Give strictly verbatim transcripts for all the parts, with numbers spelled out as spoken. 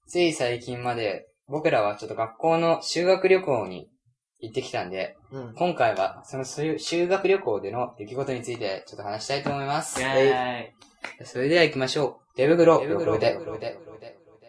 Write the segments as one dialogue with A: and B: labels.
A: つい最近まで僕らはちょっと学校の修学旅行に行ってきたんで、うん、今回はその修学旅行での出来事についてちょっと話したいと思います。それでは行きましょう。手袋、手袋、手袋、手袋、手袋。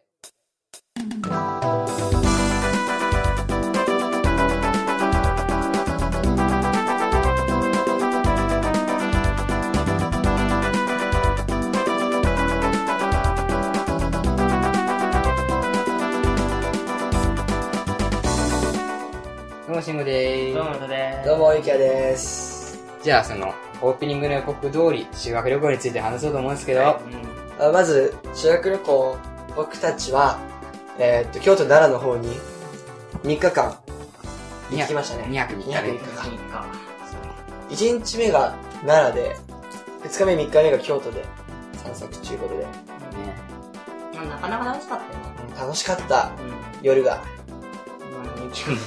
A: どうもしんごでーす。
B: どうものでーす。
C: どうもゆきやでーす。
A: じゃあそのオープニングの予告通り修学旅行について話そうと思うんですけど、はい
C: うん、あまず修学旅行僕たちはえー、っと京都奈良の方にみっかかん行きましたね。
A: にはくみっかめ。
C: いちにちめが奈良でふつかめみっかめが京都で散策中ことで、ね、
B: なかなか楽しかったよね。
C: 楽しかった、うん、夜が
A: ちょ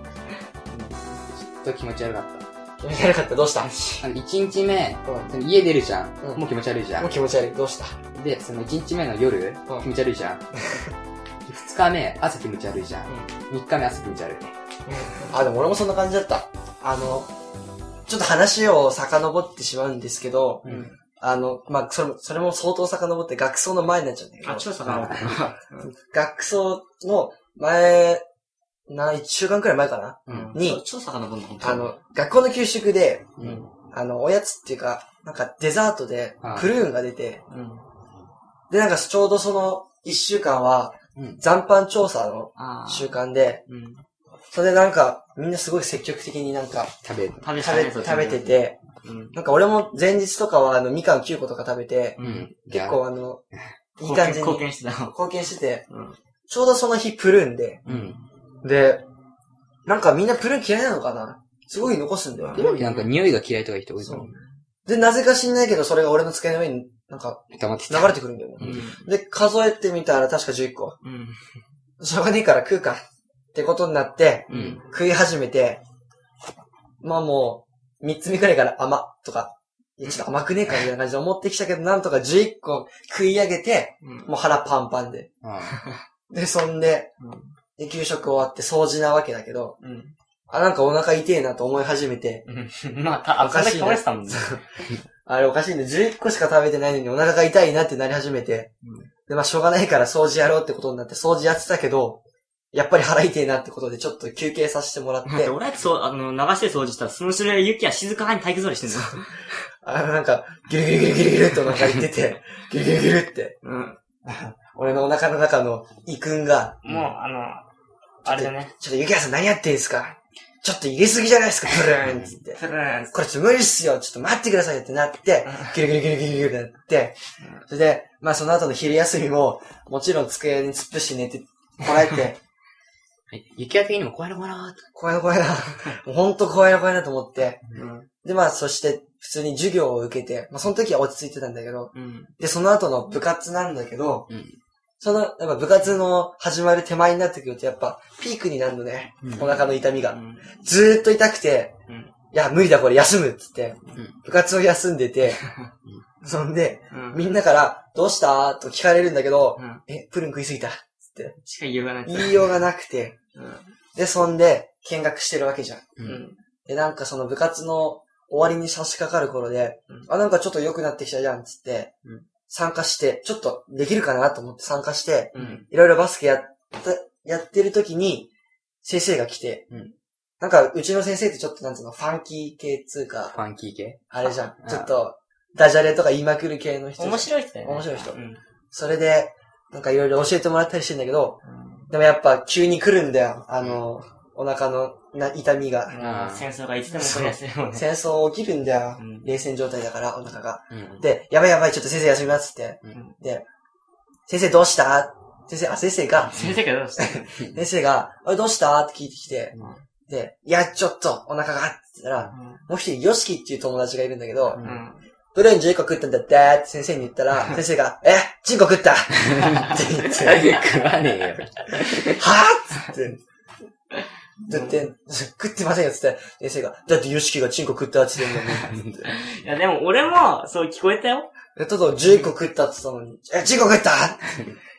A: っと気持ち悪かった。
C: 気持ち悪かった。どうした？
A: あのいちにちめ、うん、家出るじゃん、うん。もう気持ち悪いじゃん。
C: もう気持ち悪い。どうした？
A: で、そのいちにちめの夜、うん、気持ち悪いじゃん。ふつかめ、朝気持ち悪いじゃん。うん、みっかめ、朝気持ち悪い。
C: うん、あ、でも俺もそんな感じだった。あの、ちょっと話を遡ってしまうんですけど、うん、あの、まあ、それも、それも相当遡って学装の前になっちゃうんだけど。
B: あ、超遡って。
C: 学装の前、な、一週間くらい前かな、うん、に、
B: 超遡るの本当
C: に。あの、学校の給食で、うん、あの、おやつっていうか、なんかデザートで、プルーンが出て、うん、で、なんかちょうどその一週間は、うん、残飯調査の習慣で、うん、それでなんか、みんなすごい積極的になんか、
A: 食べ、
C: 食べ、食べ、食べてて、うん、なんか俺も前日とかはあの、みかんきゅうことか食べて、うん、結構あの、いい感じに
B: 貢献してた。
C: 貢献してて、うん、ちょうどその日プルーンで、うんで、なんかみんなプルーン嫌いなのかなすごい残すんだよ。
A: プルーンなんか匂いが嫌いとか人多いと思う。
C: で、なぜか知んないけど、それが俺の机の上になんか、流れてくるんだよね。うん、で、数えてみたら確かじゅういっこ。うん、しょうがねえから食うか。ってことになって、うん、食い始めて、まあもう、みっつめくらいから甘とか、いやちょっと甘くねえかみたいな感じで思ってきたけど、なんとかじゅういっこ食い上げて、うん、もう腹パンパンで。うん、で、そんで、うんで、給食終わって掃除なわけだけど、うん、あ、なんかお腹痛えなと思い始めて。
B: まあ、た、おかしいな。倒れてたもんね。
C: あれおかしいんで、じゅういっこしか食べてないのにお腹が痛いなってなり始めて。うん、で、まあ、しょうがないから掃除やろうってことになって掃除やってたけど、やっぱり腹痛えなってことでちょっと休憩させてもらって。
B: 俺はそう、あの、流して掃除したら、その後ろで雪は静かに体育座りしてんだよ。
C: あの、なんか、ギュルギュルギュルギュルギュルってお腹痛ってて、ギュルギュルギュルって。うん、俺のお腹の中の胃くんが。
B: もう、あの、あれだね。
C: ちょっと、ゆきやさん何やってんすかちょっと入れすぎじゃないですかプルーンつって。プルーンこれちょっと無理っすよちょっと待ってくださいってなって、ギュルギュルギュルギュルギュルってなって、それで、まあその後の昼休みも、もちろん机に突っ伏して寝て、こらえて、
A: ゆきや的にも怖いな怖いな
C: 怖いな怖いなもうほんと怖いな怖いなと思って、うん、でまあそして普通に授業を受けて、まあその時は落ち着いてたんだけど、うん、でその後の部活なんだけど、うんその、やっぱ部活の始まる手前になってくるとやっぱピークになるのね。うん、お腹の痛みが。うん、ずーっと痛くて、うん、いや、無理だこれ休むっつって、うん、部活を休んでて、そんで、うん、みんなからどうしたと聞かれるんだけど、うん、え、プルン食いすぎたっつって。
B: しか言いようがない。
C: 言いようがなくて、うん、で、そんで、見学してるわけじゃん。うん、で、なんかその部活の終わりに差し掛かる頃で、うん、あ、なんかちょっと良くなってきたじゃんっつって、うん参加して、ちょっとできるかなと思って参加して、うん、いろいろバスケやった、やってる時に、先生が来て、うん、なんか、うちの先生ってちょっとなんつうの、ファンキー系っつうか、
A: ファンキー系
C: あれじゃん。ちょっと、ダジャレとか言いまくる系の人。
B: 面白い人だよね。
C: 面白い人。うん、それで、なんかいろいろ教えてもらったりしてんだけど、うん、でもやっぱ急に来るんだよ。あの、お腹のな痛みが、
B: うん。戦争がいつでも起こりやすいもんね。
C: 戦争起きるんだよ。うん、冷戦状態だから、お腹が、うん。で、やばいやばい、ちょっと先生休みますって。うん、で、先生どうした先生、あ、先生が。
B: 先生がどうした
C: 先生が、あれどうしたって聞いてきて、うん、で、いや、ちょっと、お腹がって言ったら、うん、もう一人、ヨシキっていう友達がいるんだけど、うんプルーンじゅういっこ食ったんだってって先生に言ったら、先生が、え ?じゅっこ食ったって言って。
A: 食わねえよ。
C: はぁっつって。だって、食ってませんよつって、先生が、だってヨシキがチンコ食ったって言ってんのに。い
B: やでも俺も、そう聞こえたよ。
C: え、ただじゅういっこ食ったって言ったのに、え、チンコ食った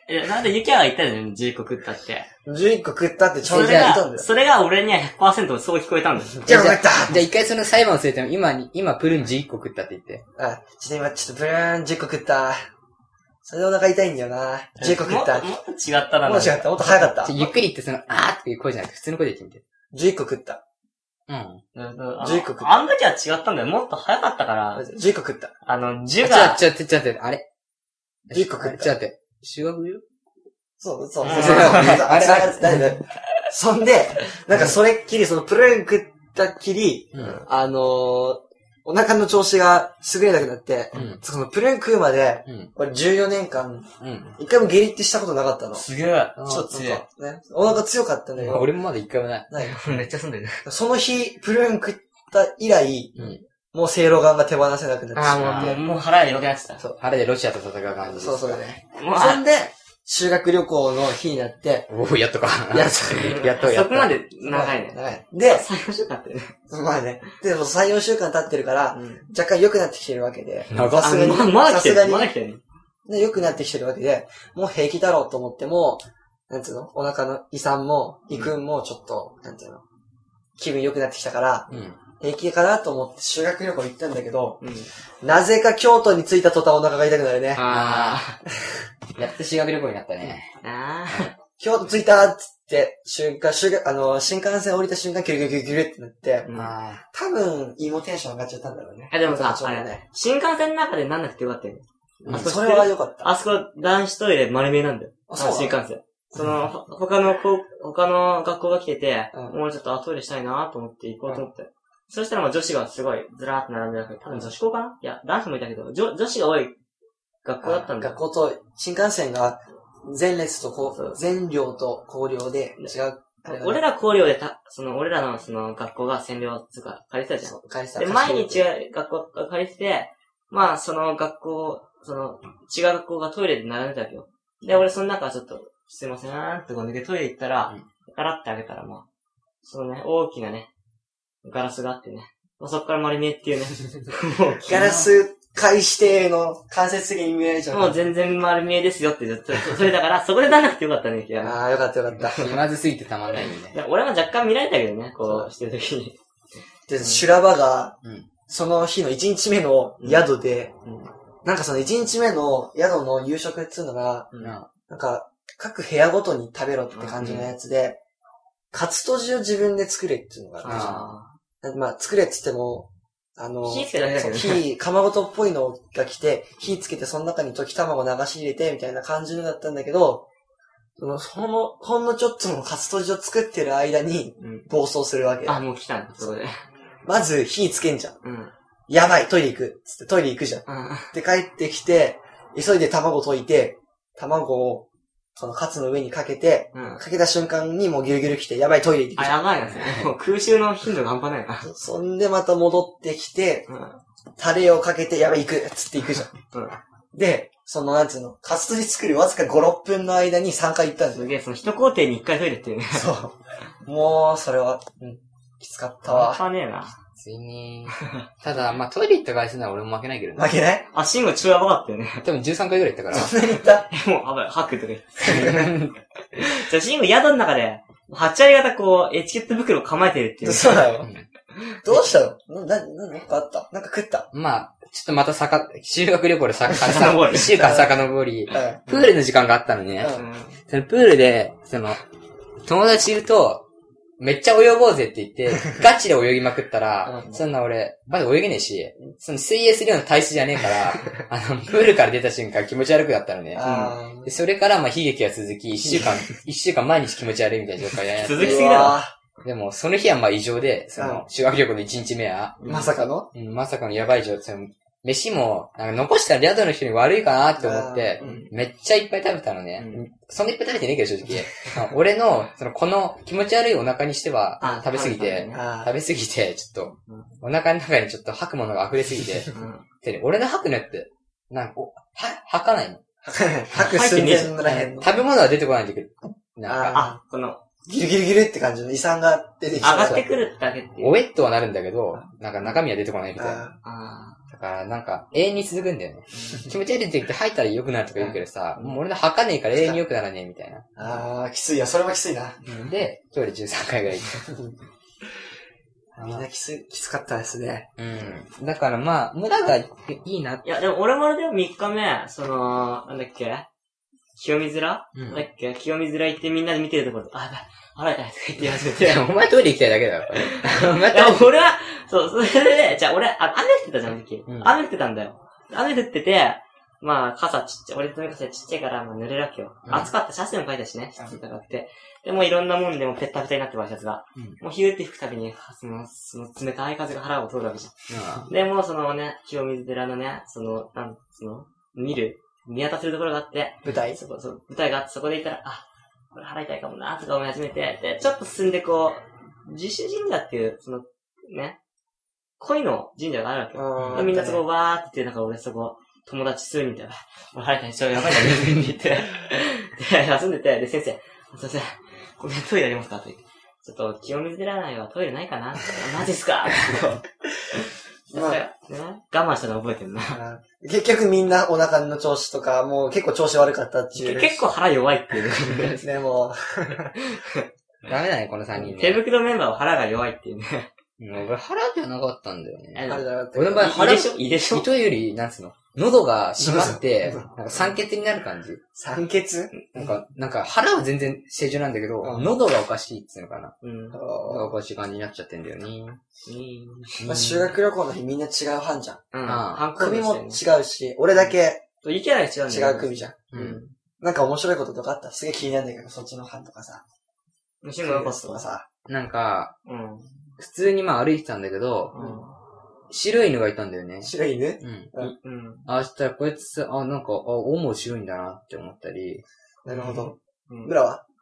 B: え、なんでユキヤが言ったよね、じゅういっこ食ったって。
C: じゅういっこ食ったってちょうど
B: 言ったんだよ。それが俺には ひゃくパーセント そう聞こえたんだよ。
C: じゃあ、じゃ
A: あ一回その裁判を据えても、今に、今プルーンじゅういっこ食ったって言って。
C: あ、ちょっと今、ちょっとプルーンじゅっこ食った。それでお腹痛いんだよな。じゅういっこ食った。
B: もっと違ったな。
C: もっと違った。もっと早かった。
A: ゆっくり言ってその、あーっていう声じゃなくて、普通の声で言ってみて。
C: じゅういっこ食った。
A: うん。
C: じゅういっこ食った。
B: あん時は違ったんだよ。もっと早かったから。
C: じゅういっこ食った。
B: あの、じゅうが。
A: ちょ、ちょ、ちょ、ちょ、あれ ?
C: じゅういっこ食った。
A: ちょ、待って。修学よ
C: そう、そう、そう、そう。あれ、あれ、そんで、なんかそれっきり、そのプルーン食ったっきり、あのー、お腹の調子が優れなくなって、そのプルーン食うまで、俺じゅうよねんかん、一回も下痢ってしたことなかったの。
B: すげえ。
C: ちょっと強い。ね。お腹強かったんだけど。
A: 俺もまだ一回もない。
C: ない。
B: めっちゃ住んでる。
C: その日、プルーン食った以来、もう正露丸が手放せなくなってしまって。
B: ああ、もう、もう腹でよくなってた。
A: そう。腹でロシアと戦う感じ。
C: そうそうね。そんで、修学旅行の日になって、
A: おお、やっとか。
C: やっと、
A: やっと、やっと。
B: そこまで長いね。
C: 長い。で、
B: さん、よんしゅうかんってね。
C: まあね。で、さん、よんしゅうかん経ってるから、若干良くなってきてるわけで。
A: 長
C: すがに。
B: まだ来てる。まだ来てる。
C: で、良くなってきてるわけで、もう平気だろうと思っても、なんつうのお腹の胃酸も、胃くんもちょっと、なんていうの気分良くなってきたから、平気かなと思って修学旅行行ったんだけど、なぜか京都に着いた途端お腹が痛くなるね。
A: ああ。やっと修学旅行になったね。
B: ああ。
C: 京都着いたっつって、瞬間、修学、あの、新幹線降りた瞬間、キュルキュルキュルってなって、多分、胃もテンション上がっちゃったんだろうね。
B: え、でもさ、あれね、新幹線の中でなんなくてよかったよね。
C: それはよかった。
B: あそこ、男子トイレ丸見えなんだよ。あ、そう新幹線。その、他の、他の学校が来てて、もうちょっとトイレしたいなと思って行こうと思って。そしたらまあ女子がすごいずらーって並んでる。多分女子校かないや、男子もいたけど、女、女子が多い学校だったんだ。
C: 学校と、新幹線が前列とこう、前寮と後寮で違う。
B: 俺ら後寮でた、その、俺らのその学校が占領つか借りてたじゃん。
C: 借りてた。
B: で、毎日学校が借りてて、まあその学校、その、違う学校がトイレで並んでたわけよ。で、俺その中ちょっと、すいませんーってこう抜けトイレ行ったら、ガラってあげたらまあ、そのね、大きなね、ガラスがあってね。まあ、そっから丸見えっていうね。
C: もうガラス回指定の間接的に見えないじゃん。
B: もう全然丸見えですよってずっと。それだから、そこで出なくてよかったね、キ
C: ああ、よかったよかった。
A: 気まずすぎてたまんないよね。
B: 俺も若干見られたけどね、こうしてるときに。
C: で、修羅場が、うん、その日のいちにちめの宿で、うんうん、なんかそのいちにちめの宿の夕食っていうのが、うん、なんか、各部屋ごとに食べろって感じのやつで、カツとじを自分で作れっていうのがあったじゃん。まあ、作れって言っても、あの、
B: 火つけただけだけどね。
C: 火、釜ごとっぽいのが来て、火つけてその中に溶き卵流し入れて、みたいな感じのだったんだけど、その、ほんの、ほんのちょっとのカツとじを作ってる間に、暴走するわけ、
B: うん。あ、もう来たんだ、そこで。
C: まず、火つけんじゃん。
B: うん。
C: やばい、トイレ行く。つってトイレ行くじゃん。
B: うん。
C: で、帰ってきて、急いで卵溶いて、卵を、そのカツの上にかけて、うん、かけた瞬間にもうギュルギュル来て、やばいトイレ行ってき
B: た。あ、やばいな、もう空襲の頻度が半端ないな。
C: そんでまた戻ってきて、うん、タレをかけて、やばい行くつって行くじゃん。うん、で、そのなんつうの、カツとじ作るわずかご、ろっぷんの間にさんかい行ったんだよ。
B: すげえ、その一工程にいっかいトイレっていうね。
C: そう。もう、それは、うん、きつかったわ。
B: 半端ねえな。
A: ついに。ただ、まあ、トイレ行った回数なら俺も負けないけどね。
C: 負けない？
B: あ、シンゴ超やばかったよね。
A: 多分じゅうさんかいぐらい行ったから。
C: そんなに行った？
B: もう、あばい、吐くとか言って。じゃあ、シンゴ宿の中で、はち割方こう、エチケット袋構えてるっていう。
C: そうだよ。どうしたの？な、な、なんかあった？なんか食った？
A: まあ、ちょっとまたさか、修学旅行でさか、一週間遡り、プールの時間があったのね。そのプールで、その、友達いると、めっちゃ泳ごうぜって言って、ガチで泳ぎまくったら、そんな俺、まだ泳げねえし、その水泳するような体質じゃねえから、あの、プールから出た瞬間気持ち悪くなったのね。うん、でそれからまあ悲劇が続き、一週間、一週間毎日気持ち悪いみたいな状態や
B: 続きすぎだろ。
A: でも、その日はまあ異常で、その、修学旅行の一日目は、
C: まさかの
A: うん、まさかのやばい状態。飯も、なんか残したら宿の人に悪いかなって思って、うん、めっちゃいっぱい食べたのね。うん、そんないっぱい食べてねえけど正直。俺の、その、この気持ち悪いお腹にしては、食べ過ぎて、食べ過ぎて、ちょっと、お腹の中にちょっと吐くものが溢れすぎて、でね、俺の吐くのって、なんか、は、吐かないの。
C: 吐く寸前のらへんの。
A: 食べ物は出てこないんだけど、
B: なんか、あ、この、
C: ギルギルギルって感じの遺産が出てき
B: た。上がってくるだけっていう。
A: おえっとはなるんだけど、なんか中身は出てこないみたいな。あだからなんか永遠に続くんだよね。気持ち悪いって言って吐いたら良くなるとか言うけどさ、もう俺の吐かねえから永遠に良くならねえみたいな。
C: あー、きついや、それもきついな。
A: で、トイレじゅうさんかいぐらい行った。
C: みんなきつい、きつかったですね。
A: うん。だからまあ、村がいいな。
B: いや、でも俺もあれだよ、みっかめ、その、なんだっけ清水寺、うん、だっけ清水寺行ってみんなで見てるところで、あ、腹痛いとか言って始めて。
A: お前トイレ行きたいだけだよ。
B: お前トイレ。俺は、そう、それで、じゃあ俺、あ、雨降ってたじゃん、時、うん、雨降ってたんだよ。雨降ってて、まあ、傘ちっちゃい、俺と傘ちっちゃいから、まあ、濡れるわけよ。うん、暑かった、シャツでも書いたしね、シャツとかって。でもいろんなもんでもペッタペタになってるわ、シャツが。うん、もうヒューって吹くたびに、その、その冷たい風が腹を通るわけじゃん。うん、で、もうそのね、清水寺のね、その、なん、その、見る、見渡せるところがあって、
C: 舞台
B: そこ、そう、舞台があって、そこで行ったら、あ、これ払いたいかもな、とか思い始めて、で、ちょっと進んでこう、自主神社っていう、その、ね、恋の神社があるわけよ。で、みんなそこわーって言って、なんか俺そこ、友達数人で、俺払いたい、ちょ、やばいな、って言って、で、休んでて、で、先生、先生、ごめん、トイレありますかと言って、ちょっと、清水寺内はトイレないかなマジっすかまあ、ね、我慢したの覚えてるな。
C: 結局みんなお腹の調子とか、もう結構調子悪かったっていう。
B: 結構腹弱いっていう
C: ね。ね、も
A: う。ダメだね、このさんにんね。
B: 手袋メンバーは腹が弱いっていうね。
A: 俺腹じゃなかったんだよね。
C: 腹じゃなかった。
A: 俺の場合腹、
B: 胃でしょ胃でしょ
A: 人より、なんつうの喉が締まって、なんか酸欠になる感じ。
C: 酸欠
A: なんか、なんか腹は全然正常なんだけど、うん、喉がおかしいっていうのかな。うん。おかしい感じになっちゃってんだよね。
C: うん。まあ、修学旅行の日みんな違う班じゃん。
B: うん。
C: 組も違うし、俺だけ、
B: いけない違うんだよ。
C: 違う組じゃん。うん。なんか面白いこととかあった？すげえ気になるんだけど、そっちの班とかさ。
B: 虫もよかった
C: とかさ。
A: なんか、うん。普通にまあ歩いてたんだけど、うん。白い犬がいたんだよね。
C: 白い犬？
A: うん。うん。あ、したらこいつ、あ、なんか、あ、尾も白いんだなって思ったり。
C: なるほど。うん。村は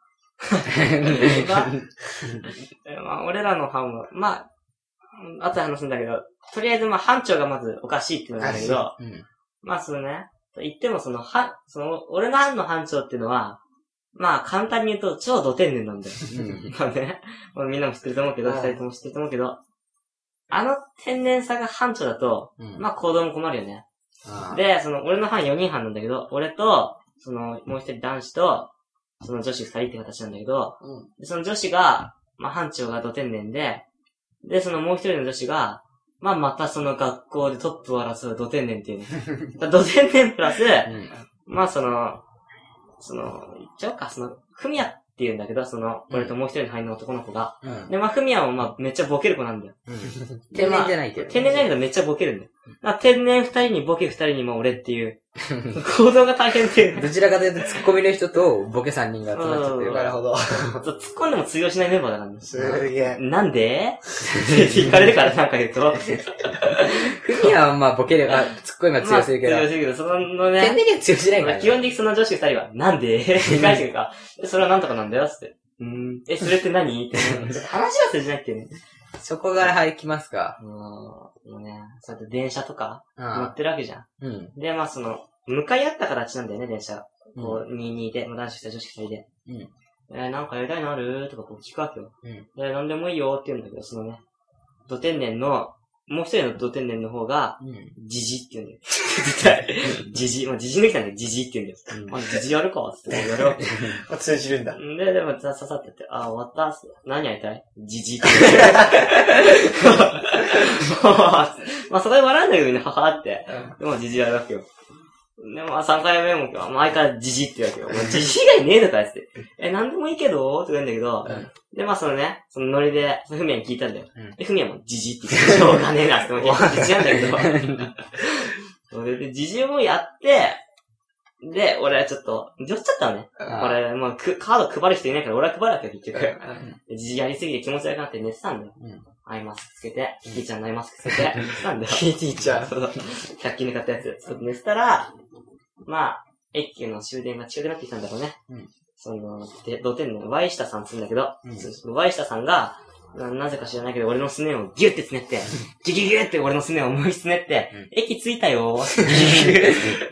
B: まあ、俺らの班は、まあ、後で話すんだけど、とりあえずまあ、班長がまずおかしいっていうのなんだけど、うん、まあ、そのね、言ってもその、は、その、俺の班の班長っていうのは、まあ、簡単に言うと、超ド天然なんだよ。まあね、まあ、みんなも知ってると思うけど、二人とも知ってると思うけど、あの天然さが班長だと、うん、まあ行動も困るよね。で、その、俺の班よにん班なんだけど、俺と、その、もう一人男子と、その女子二人って形なんだけど、うん、でその女子が、まあ班長がド天然で、で、そのもう一人の女子が、まあまたその学校でトップを争うド天然っていうね。ド天然プラス、うん、まあその、その、言っちゃおうか、その、ふみやって言うんだけど、その、俺ともう一人の班の男の子が。うん、で、まあ、ふみやもまあ、めっちゃボケる子なんだよ。うん、
A: 天然じゃないけど、ね。
B: 天然じゃないけどめっちゃボケるんだよ。だ天然二人にボケ二人にも俺っていう、行動が大変っていう。
A: どちらかというと、ツッコミの人とボケ三人が集まっちゃってる。
C: なるほど。
B: 突っ込んでも通用しないメンバーだからね。
C: すげえ。
B: なんでって聞かれるからなんか言うと。
A: ふみやはまあ、ボケれば、ツッコミは通用するけど。
B: まあ、通用するけど、そのね。
A: 天然には通用しないから、ね。
B: 基本的にその女子二人は、なんでって返してるから。それはなんとかなんだよ、つって。うん。え、それって何って。話は通じないっていうね。
A: そこから入きますか。
B: うん。もうね、そうやって電車とか乗ってるわけじゃん。うん。で、まあその、向かい合った形なんだよね、電車。こう、に、にで、まあ男子二人、女子二人で。うん。えー、なんかやりたいのあるとかこう聞くわけよ。うん。えー、なんでもいいよって言うんだけど、そのね、ド天然の、もう一人のド天然の方が、ジジって言うんだよ。絶対。ジジ、まあ、ジジ抜きたんだよ。ジジって言うんだよ。うん、あ、ジジやるかつってやるわけ。
C: あ、通じるんだ。
B: で、でも、さささって言って、あ、終わった何やりたいジジって言って。まあ、そこで笑うんだけどね、ははって。でも、ジジやるわけよ。でも、さんかいめも、前からジジって言うわけよ。もうジジ以外ねえのかって。え、なんでもいいけどとか言うんだけど、うん、で、まあそのね、そのノリで、ふみやに聞いたんだよ。うん、で、ふみやもジジって言って、しょうがねえなって思って、ジジなんだけど。それで、ジジもやって、で、俺はちょっと、酔っちゃったのね。俺、まあ、カード配る人いないから俺は配るわけよ、結局。ジジやりすぎて気持ち悪くなって寝てたんだよ。うんアイマスクつけて、キティちゃんのアイマスクつけて、寝てたんだよ。
C: キティちゃん。
B: ひゃく均で買ったやつ。寝てたら、まあ、駅の終電が近くなってきたんだろうね。うん、その、で、土天のワイシタさんつうんだけど、うん、ワイシタさんがな、なぜか知らないけど、俺のすねをギュッてつねって、ギュギュギュって俺のすねを思いつねって、うん、駅着いたよーって、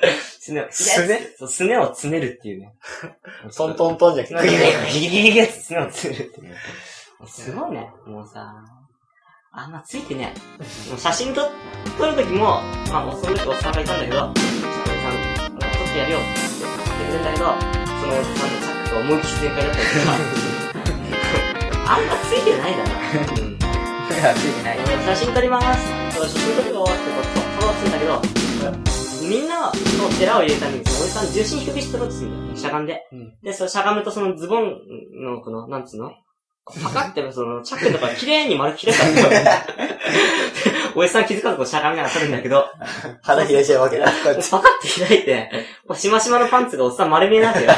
B: すねを、
C: すね
B: そう、すねをつねるっていうね。
C: トントントンじゃなくて、
B: ギリギリギリってすねをつねるっていう。すごいね、もうさ、あんまついてね、もう写真撮、撮るときも、まあもうその時おっさんがいたんだけど、写真さん、撮ってやるよって言ってくれるんだけど、そのおっさんのチャックが思いっきり全開だったりとか、あんまついてないだな。うん。
A: ついてない。
B: 写真撮りまーす。写真撮りが終わってこう、そう、そうするんだけど、みんなの寺を入れるために、そのおじさん重心低くして撮ろうとするんだよ。しゃがんで。うん、で、そのしゃがむとそのズボンの、この、なんつうのパカってその、チャックのとこ綺麗に丸く開いたんだよ。おじさん気づかずこうしゃがみながら撮るんだけど。
C: 鼻開いちゃうわけだ。
B: パカって開いて、しましまのパンツがおっさん丸見えなんだよ。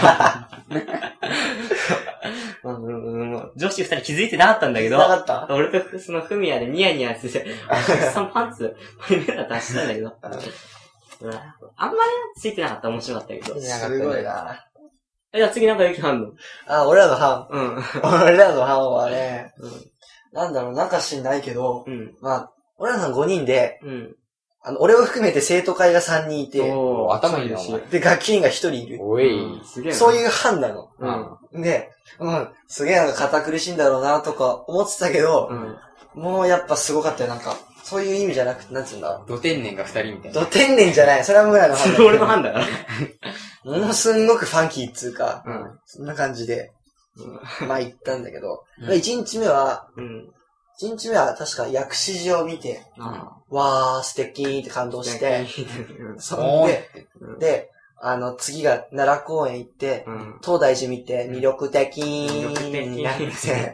B: 女子二人気づいてなかったんだけど、
C: なかった
B: 俺とそのフミヤでニヤニヤしてて、おっさんパンツ丸見えだったらしたんだけど。あんまりついてなかったら面白かったけど。
C: すごいな。
B: え、じゃあ次なんか雪あんの？
C: あ、俺らの班。
B: うん。
C: 俺らの班はね、うん、なんだろう、なんか知んないけど、うん、まあ、俺らの班ごにんで、うん、あの、俺を含めて生徒会がさんにんいて、
A: おー、頭いいな、お前。
C: で、学級委員がひとりいる。
A: おい、すげえな。
C: そういう班なの。うん。で、うん、すげえなんか堅苦しいんだろうなとか思ってたけど、うん、もうやっぱすごかったよ、なんか。そういう意味じゃなくて、なんつうんだ。
A: ド天然がふたりみたいな。
C: ド天然じゃない。それは村の班だ。
B: それ俺の班だから。
C: ものすんごくファンキーっつうか、うん、そんな感じで、うん、まあ行ったんだけど、うん、いちにちめは、うん、いちにちめは確か薬師寺を見て、うん、わー素敵ーって感動して、そんで、で、あの、次が奈良公園行って、うん、東大寺見て、魅力的ーになって、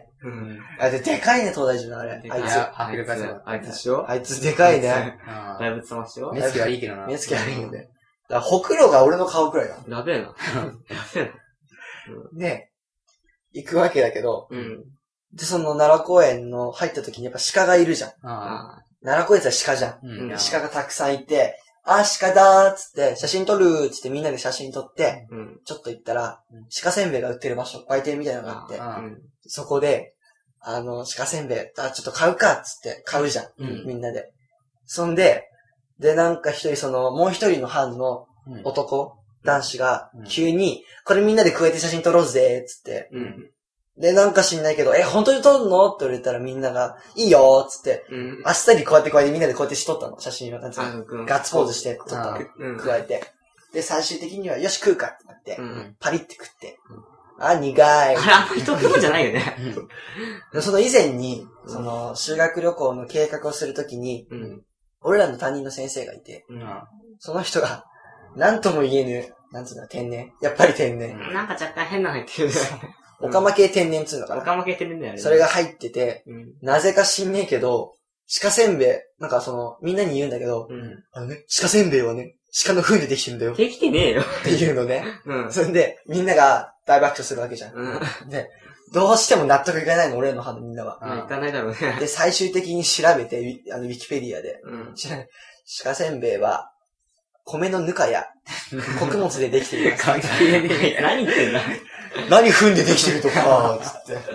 C: うん、あれでかいね、東大寺のあれ。あいつ。
B: あいつ、あいつでしょ
C: あいつでかいね。
B: 大仏様しよ
A: 目つきはいいけどな。
C: 目つきはいいよね。だから、ほくろが俺の顔くらいだ。
B: やべえな。やべえな。
C: で、行くわけだけど、うん、で、その奈良公園の入った時にやっぱ鹿がいるじゃん。あ奈良公園って鹿じゃん、うん。鹿がたくさんいて、あ、鹿だーっつって、写真撮るーっつってみんなで写真撮って、うん、ちょっと行ったら、鹿せんべいが売ってる場所、売店みたいなのがあって、あそこで、あの、鹿せんべい、あ、ちょっと買うかっつって買うじゃん。うん、みんなで。そんで、で、なんか一人その、もう一人の班の男、うん、男子が、急に、これみんなでこうやって写真撮ろうぜっつって、うん、で、なんか知んないけど、え、本当に撮るのって言われたらみんなが、いいよっつって、うん、あっさりこうやってこうやってみんなでこうやってしとったの、写真を。なんつうの、ガッツポーズして撮ったの、うん、加えて。で、最終的には、よし食うかってなって、うん、パリって食って、あ、苦い。
B: あれ、あんまり得意じゃないよね。
C: その以前に、その、修学旅行の計画をするときに、うん、俺らの担任の先生がいて、うん、その人が、なんとも言えぬ、なんつうの、天然。やっぱり天然。
B: なんか若干変なの入ってるね。
C: オカマ系天然っつうのかな。
B: オカマ系天然だよね。
C: それが入ってて、うん、なぜか知んねえけど、鹿せんべい、なんかその、みんなに言うんだけど、うん、あのね、鹿せんべいはね、鹿の糞でできてるんだよ。
B: できてねえよ。
C: っていうのね。うん。それで、みんなが大爆笑するわけじゃん。うん。で、どうしても納得いかないの、俺の班のみんなは。
B: うん。いかないだろうね。
C: で、最終的に調べて、あの、ウィキペディアで。うん。鹿せんべいは、米のぬかや、穀物でできています。
B: 関係ねえ。何言ってんだ
C: 何糞でできてるとか、つって。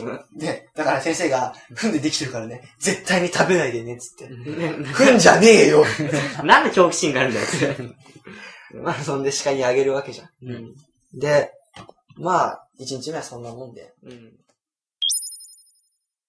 C: で、だから先生が、糞でできてるからね、絶対に食べないでね、つって。糞じゃねえよ。
B: なんで恐怖心があるんだよ、
C: まあ、そんで鹿にあげるわけじゃん。うん、で、まあ、一日目はそんなもんで。うん